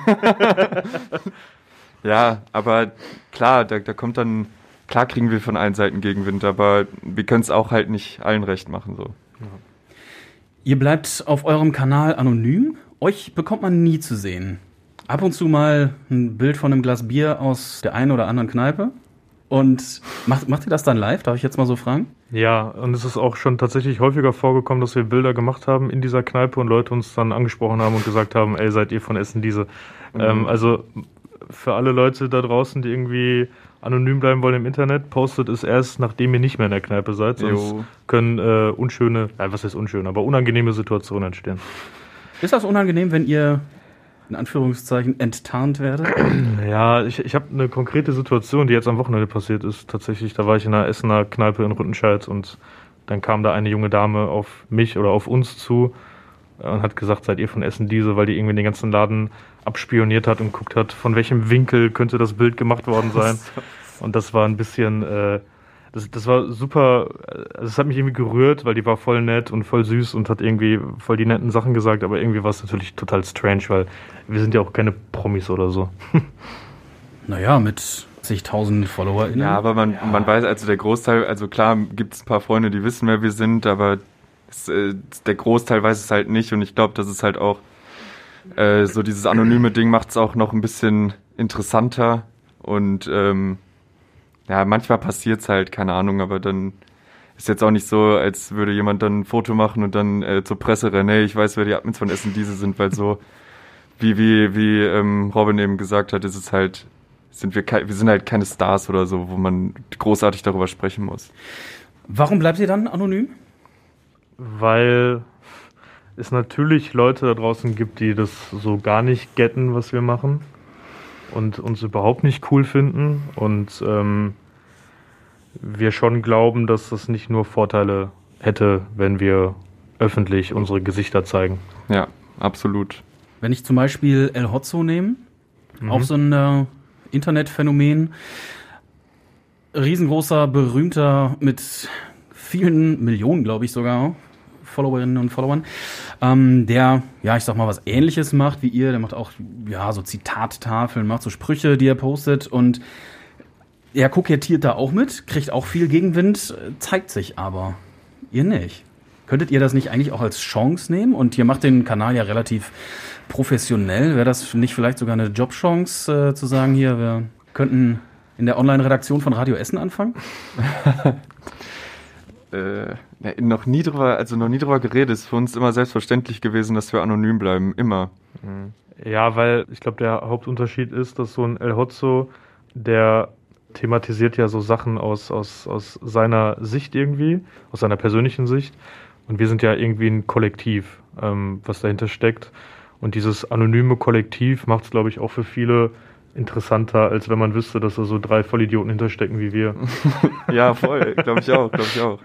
S1: ja, aber klar, da, da kommt dann. Klar kriegen wir von allen Seiten Gegenwind, aber wir können es auch halt nicht allen recht machen. So.
S3: Ihr bleibt auf eurem Kanal anonym. Euch bekommt man nie zu sehen. Ab und zu mal ein Bild von einem Glas Bier aus der einen oder anderen Kneipe. Und macht, macht ihr das dann live? Darf ich jetzt mal so fragen?
S4: Ja, und es ist auch schon tatsächlich häufiger vorgekommen, dass wir Bilder gemacht haben in dieser Kneipe und Leute uns dann angesprochen haben und gesagt haben, ey, seid ihr von Essen diese?
S1: Mhm.
S4: Ähm, also für alle Leute da draußen, die irgendwie anonym bleiben wollen im Internet, postet es erst, nachdem ihr nicht mehr in der Kneipe seid, sonst
S1: Jo.
S4: können äh, unschöne, ja, was heißt unschön, aber unangenehme Situationen entstehen.
S3: Ist das unangenehm, wenn ihr in Anführungszeichen enttarnt werdet?
S4: Ja, ich, ich habe eine konkrete Situation, die jetzt am Wochenende passiert ist. Tatsächlich, da war ich in einer Essener Kneipe in Rüttenscheid und dann kam da eine junge Dame auf mich oder auf uns zu und hat gesagt, seid ihr von Essen diese, weil die irgendwie den ganzen Laden abspioniert hat und guckt hat, von welchem Winkel könnte das Bild gemacht worden sein. Und das war ein bisschen, äh, das, das war super, also es hat mich irgendwie gerührt, weil die war voll nett und voll süß und hat irgendwie voll die netten Sachen gesagt, aber irgendwie war es natürlich total strange, weil wir sind ja auch keine Promis oder so.
S3: Naja, mit zigtausend FollowerInnen.
S1: Ja, aber man, man weiß, also der Großteil, also klar gibt es ein paar Freunde, die wissen, wer wir sind, aber es, äh, der Großteil weiß es halt nicht und ich glaube, das ist halt auch äh, so dieses anonyme Ding macht es auch noch ein bisschen interessanter und ähm, ja, manchmal passiert es halt, keine Ahnung, aber dann ist jetzt auch nicht so, als würde jemand dann ein Foto machen und dann äh, zur Presse rennen, hey, ich weiß, wer die Admins von Essen diese sind, weil so, wie, wie, wie ähm, Robin eben gesagt hat, ist es halt, sind wir, kei- wir sind halt keine Stars oder so, wo man großartig darüber sprechen muss.
S3: Warum bleibt ihr dann anonym?
S4: Weil es natürlich Leute da draußen gibt, die das so gar nicht getten, was wir machen und uns überhaupt nicht cool finden und ähm, wir schon glauben, dass das nicht nur Vorteile hätte, wenn wir öffentlich unsere Gesichter zeigen.
S1: Ja, absolut.
S3: Wenn ich zum Beispiel El Hotzo nehme,
S4: Mhm.
S3: auch so ein äh, Internetphänomen, riesengroßer, berühmter, mit vielen Millionen, glaube ich sogar, Followerinnen und Followern, ähm, der, ja, ich sag mal, was Ähnliches macht wie ihr. Der macht auch, ja, so Zitattafeln, macht so Sprüche, die er postet und er kokettiert da auch mit, kriegt auch viel Gegenwind, zeigt sich aber. Ihr nicht. Könntet ihr das nicht eigentlich auch als Chance nehmen? Und ihr macht den Kanal ja relativ professionell. Wäre das nicht vielleicht sogar eine Jobchance, äh, zu sagen, hier, wir könnten in der Online-Redaktion von Radio Essen anfangen?
S1: Äh, ja, noch nie drüber, also noch nie drüber geredet. Es ist für uns immer selbstverständlich gewesen, dass wir anonym bleiben. Immer.
S4: Ja, weil ich glaube, der Hauptunterschied ist, dass so ein El Hotzo, der thematisiert ja so Sachen aus, aus, aus seiner Sicht irgendwie, aus seiner persönlichen Sicht. Und wir sind ja irgendwie ein Kollektiv, ähm, was dahinter steckt. Und dieses anonyme Kollektiv macht es, glaube ich, auch für viele interessanter, als wenn man wüsste, dass da so drei Vollidioten hinterstecken wie wir.
S1: Ja, voll. Glaube ich auch, glaube ich auch.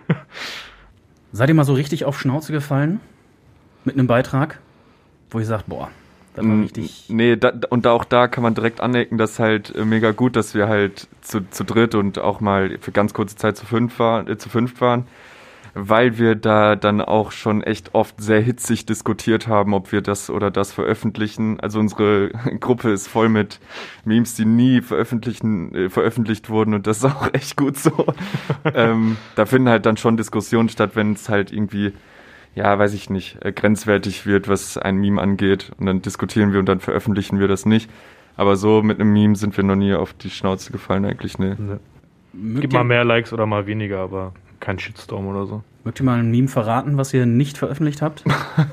S3: Seid ihr mal so richtig auf Schnauze gefallen? Mit einem Beitrag? Wo ihr sagt, boah, das war richtig...
S1: Nee, da, und auch da kann man direkt anecken, dass halt äh, mega gut, dass wir halt zu, zu dritt und auch mal für ganz kurze Zeit zu fünf waren, äh, zu fünft waren, weil wir da dann auch schon echt oft sehr hitzig diskutiert haben, ob wir das oder das veröffentlichen. Also unsere Gruppe ist voll mit Memes, die nie veröffentlichen, äh, veröffentlicht wurden und das ist auch echt gut so. ähm, da finden halt dann schon Diskussionen statt, wenn es halt irgendwie, ja, weiß ich nicht, äh, grenzwertig wird, was ein Meme angeht und dann diskutieren wir und dann veröffentlichen wir das nicht. Aber so mit einem Meme sind wir noch nie auf die Schnauze gefallen eigentlich, ne.
S4: Ne.
S3: Mögt
S4: Gibt
S3: ihr,
S4: mal mehr Likes oder mal weniger, aber kein Shitstorm oder so.
S3: mögt ihr mal ein Meme verraten, was ihr nicht veröffentlicht habt?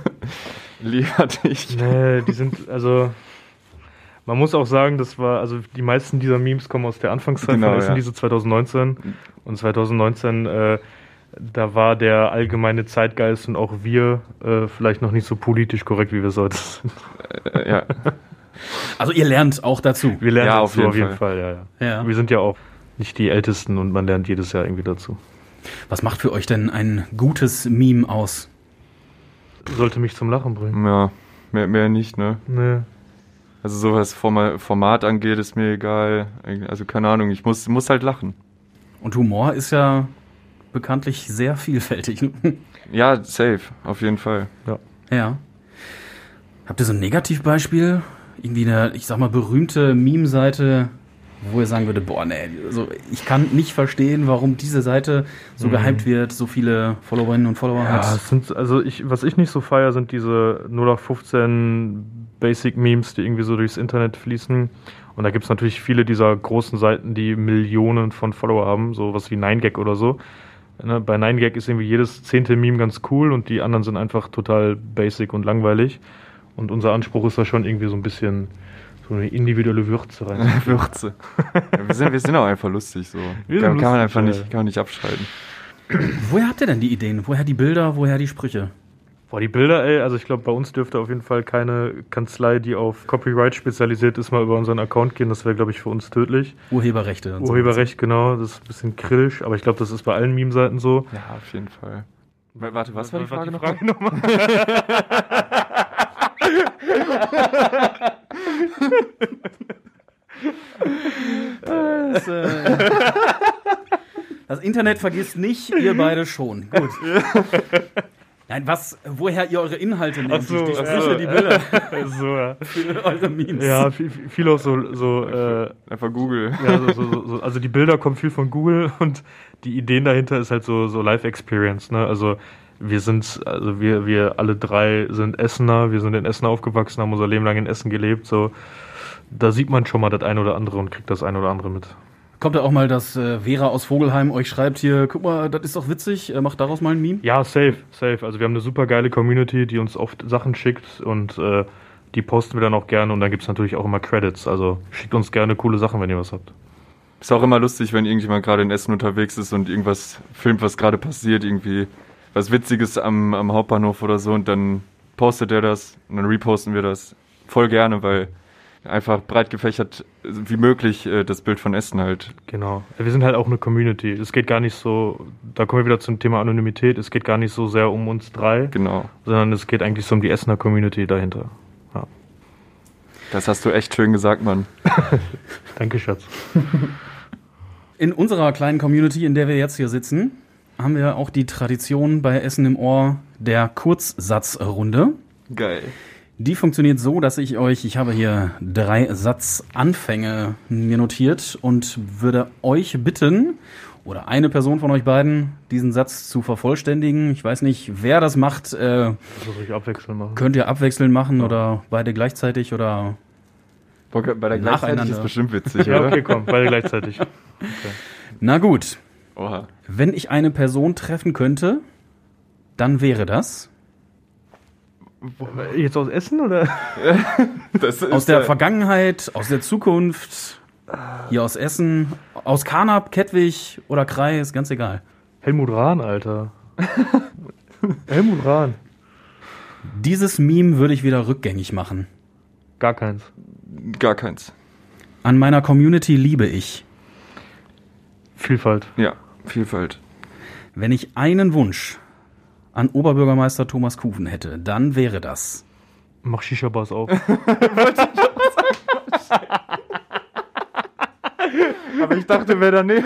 S1: Lieber nicht.
S4: Nee, die sind, also, man muss auch sagen, das war, also die meisten dieser Memes kommen aus der Anfangszeit
S1: Genau,
S4: von Essen,
S1: ja.
S4: diese zwanzig neunzehn. Und zwanzig neunzehn, äh, da war der allgemeine Zeitgeist und auch wir äh, vielleicht noch nicht so politisch korrekt, wie wir es heute sind.
S1: Äh, ja.
S3: Also ihr lernt auch dazu.
S4: Wir lernen
S1: Ja,
S4: dazu
S1: auf jeden
S4: auf jeden
S1: Fall.
S4: Fall, ja, ja.
S3: Ja.
S4: Wir sind ja auch nicht die Ältesten und man lernt jedes Jahr irgendwie dazu.
S3: Was macht für euch denn ein gutes Meme aus?
S4: Sollte mich zum Lachen bringen.
S1: Ja, mehr, mehr nicht, ne.
S4: Nee.
S1: Also so was Forma- Format angeht, ist mir egal. Also keine Ahnung, ich muss, muss halt lachen.
S3: Und Humor ist ja bekanntlich sehr vielfältig.
S1: Ja, safe, auf jeden Fall.
S4: Ja.
S3: Ja. Habt ihr so ein Negativbeispiel? Irgendwie eine, ich sag mal, berühmte Meme-Seite, wo ihr sagen würdet, boah, nee, also ich kann nicht verstehen, warum diese Seite so
S4: Mhm.
S3: gehypt wird, so viele Followerinnen und Follower
S4: Ja,
S3: hat.
S4: es sind, also ich, was ich nicht so feier, sind diese null acht fünfzehn Basic-Memes, die irgendwie so durchs Internet fließen. Und da gibt es natürlich viele dieser großen Seiten, die Millionen von Follower haben, so was wie neun gag oder so. Ne, bei neun gag ist irgendwie jedes zehnte Meme ganz cool und die anderen sind einfach total basic und langweilig. Und unser Anspruch ist da schon irgendwie so ein bisschen so eine individuelle Würze rein.
S1: Würze. Ja, wir, sind, wir sind auch einfach lustig so.
S4: Wir
S1: Kann,
S4: sind
S1: kann man
S4: lustig,
S1: einfach
S4: ja.
S1: nicht, kann man nicht abschalten.
S3: Woher habt ihr denn die Ideen? Woher die Bilder? Woher die Sprüche?
S4: Boah, die Bilder, ey, also ich glaube, bei uns dürfte auf jeden Fall keine Kanzlei, die auf Copyright spezialisiert ist, mal über unseren Account gehen. Das wäre, glaube ich, für uns tödlich.
S3: Urheberrechte. und so.
S4: Urheberrecht, genau, das ist ein bisschen kritisch, aber ich glaube, das ist bei allen Meme-Seiten so.
S1: Ja, auf jeden Fall. W- Warte, was war die Frage noch?
S4: Frage nochmal?
S3: Das, äh, das Internet vergisst nicht, ihr beide schon. Gut. Nein, was, woher ihr eure Inhalte nehmt,
S4: Ach so,
S3: die
S4: ach
S3: Sprüche,
S4: so.
S3: die Bilder
S4: so, ja.
S3: für eure Memes.
S4: Ja, viel, viel auch so, so, äh,
S1: Einfach Google.
S4: ja, so, so, so, so, also die Bilder kommen viel von Google und die Ideen dahinter ist halt so, so Live-Experience, ne, also wir sind, also wir, wir alle drei sind Essener, wir sind in Essen aufgewachsen, haben unser Leben lang in Essen gelebt, so, da sieht man schon mal das eine oder andere und kriegt das eine oder andere mit.
S3: Kommt da auch mal, dass äh, Vera aus Vogelheim euch schreibt hier, guck mal, das ist doch witzig, äh, macht daraus mal ein Meme?
S4: Ja, safe, safe. Also wir haben eine super geile Community, die uns oft Sachen schickt und äh, die posten wir dann auch gerne und dann gibt es natürlich auch immer Credits. Also schickt uns gerne coole Sachen, wenn ihr was habt.
S1: Ist auch immer lustig, wenn irgendjemand gerade in Essen unterwegs ist und irgendwas filmt, was gerade passiert, irgendwie was Witziges am, am Hauptbahnhof oder so und dann postet er das und dann reposten wir das voll gerne, weil einfach breit gefächert wie möglich äh, das Bild von Essen halt.
S4: Genau. Wir sind halt auch eine Community. Es geht gar nicht so, da kommen wir wieder zum Thema Anonymität, es geht gar nicht so sehr um uns drei,
S1: Genau.
S4: sondern es geht eigentlich so um die Essener Community dahinter. Ja.
S1: Das hast du echt schön gesagt, Mann.
S4: Danke, Schatz.
S3: In unserer kleinen Community, in der wir jetzt hier sitzen, haben wir auch die Tradition bei Essen im Ohr der Kurzsatzrunde.
S1: Geil.
S3: Die funktioniert so, dass ich euch, ich habe hier drei Satzanfänge mir notiert und würde euch bitten, oder eine Person von euch beiden, diesen Satz zu vervollständigen. Ich weiß nicht, wer das macht. Äh,
S4: Das soll ich abwechseln machen.
S3: könnt ihr abwechselnd machen oder beide gleichzeitig oder...
S1: Boah, bei der Gleichzeitig
S3: Nacheinander.
S1: ist bestimmt witzig,
S4: Ja,
S1: oder?
S4: okay, komm, beide gleichzeitig.
S3: Na gut,
S1: Oha.
S3: wenn ich eine Person treffen könnte, dann wäre das...
S4: Jetzt aus Essen oder?
S1: Das ist
S3: Aus der
S1: ja-
S3: Vergangenheit, aus der Zukunft, hier aus Essen, aus Karnap, Kettwig oder Krai, ist ganz egal.
S4: Helmut Rahn, Alter. Helmut Rahn.
S3: Dieses Meme würde ich wieder rückgängig machen.
S4: Gar keins.
S1: Gar keins.
S3: An meiner Community liebe ich.
S4: Vielfalt.
S1: Ja, Vielfalt.
S3: Wenn ich einen Wunsch an Oberbürgermeister Thomas Kufen hätte, dann wäre das.
S4: Mach Shisha-Bars auf.
S1: Aber ich dachte, wer daneben.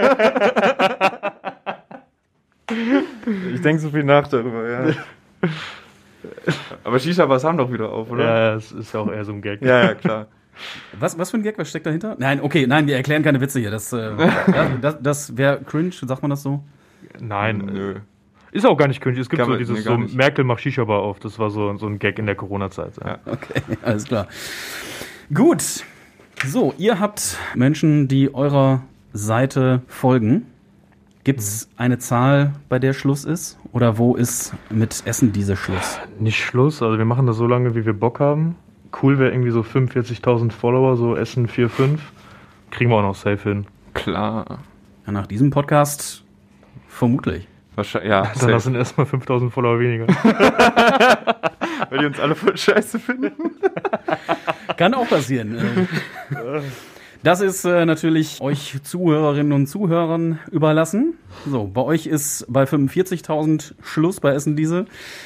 S1: Ich denke so viel nach darüber, ja. Aber Shisha-Bars haben doch wieder auf, oder?
S4: Ja, das ist ja auch eher so ein Gag.
S1: Ja, ja, klar.
S3: Was, was für ein Gag, was steckt dahinter? Nein, okay, nein, wir erklären keine Witze hier. Das, äh, ja, das, das wäre cringe, sagt man das so?
S4: Nein,
S1: Nö.
S4: ist auch gar nicht cringe. Es gibt
S1: Kann
S4: so
S1: man-
S4: dieses
S1: nee, gar
S4: so
S1: nicht.
S4: Merkel macht Shisha-Bar auf. Das war so, so ein Gag in der Corona-Zeit. Ja.
S1: Ja.
S3: Okay, alles klar. Gut. So, ihr habt Menschen, die eurer Seite folgen. Gibt's eine Zahl, bei der Schluss ist? Oder wo ist mit Essen diese Schluss?
S4: Nicht Schluss, also wir machen das so lange, wie wir Bock haben. Cool wäre irgendwie so fünfundvierzigtausend Follower, so Essen vier, fünf. Kriegen wir auch noch safe hin.
S1: Klar.
S3: Ja, nach diesem Podcast vermutlich.
S1: Wahrscheinlich, ja.
S4: Dann
S1: safe.
S4: sind erstmal fünftausend Follower weniger.
S1: Weil die uns alle voll scheiße finden.
S3: Kann auch passieren. Äh, Das ist äh, natürlich euch Zuhörerinnen und Zuhörern überlassen. So, bei euch ist bei fünfundvierzigtausend Schluss bei Essen diese.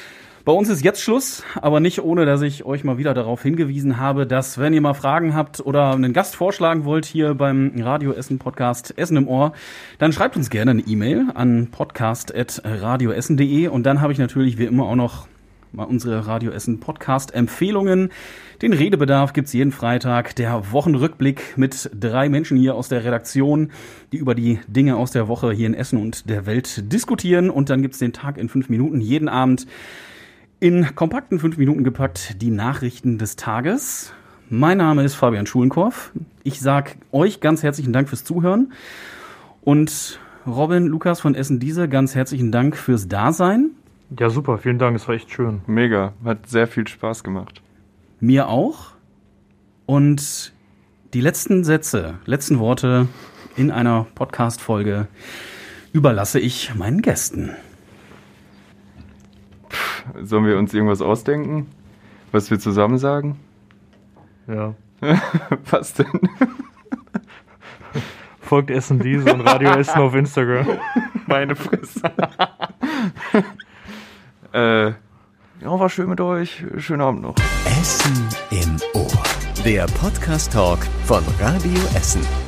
S3: Bei uns ist jetzt Schluss, aber nicht ohne, dass ich euch mal wieder darauf hingewiesen habe, dass, wenn ihr mal Fragen habt oder einen Gast vorschlagen wollt hier beim Radio Essen Podcast Essen im Ohr, dann schreibt uns gerne eine E-Mail an podcast at radioessen punkt de und dann habe ich natürlich wie immer auch noch mal unsere Radio Essen Podcast Empfehlungen. Den Redebedarf gibt's jeden Freitag, der Wochenrückblick mit drei Menschen hier aus der Redaktion, die über die Dinge aus der Woche hier in Essen und der Welt diskutieren. Und dann gibt's den Tag in fünf Minuten, jeden Abend in kompakten fünf Minuten gepackt, die Nachrichten des Tages. Mein Name ist Fabian Schulenkorf. Ich sag euch ganz herzlichen Dank fürs Zuhören. Und Robin, Lukas von Essen Diese, ganz herzlichen Dank fürs Dasein.
S4: Ja, super, vielen Dank, es war echt schön.
S1: Mega, hat sehr viel Spaß gemacht.
S3: Mir auch. Und die letzten Sätze, letzten Worte in einer Podcast-Folge überlasse ich meinen Gästen.
S1: Sollen wir uns irgendwas ausdenken, was wir zusammen sagen?
S4: Ja.
S1: Was denn?
S4: Folgt Essen Diese und Radio Essen auf Instagram.
S1: Meine Fresse. äh, ja, war schön mit euch. Schönen Abend noch.
S2: Essen im Ohr. Der Podcast-Talk von Radio Essen.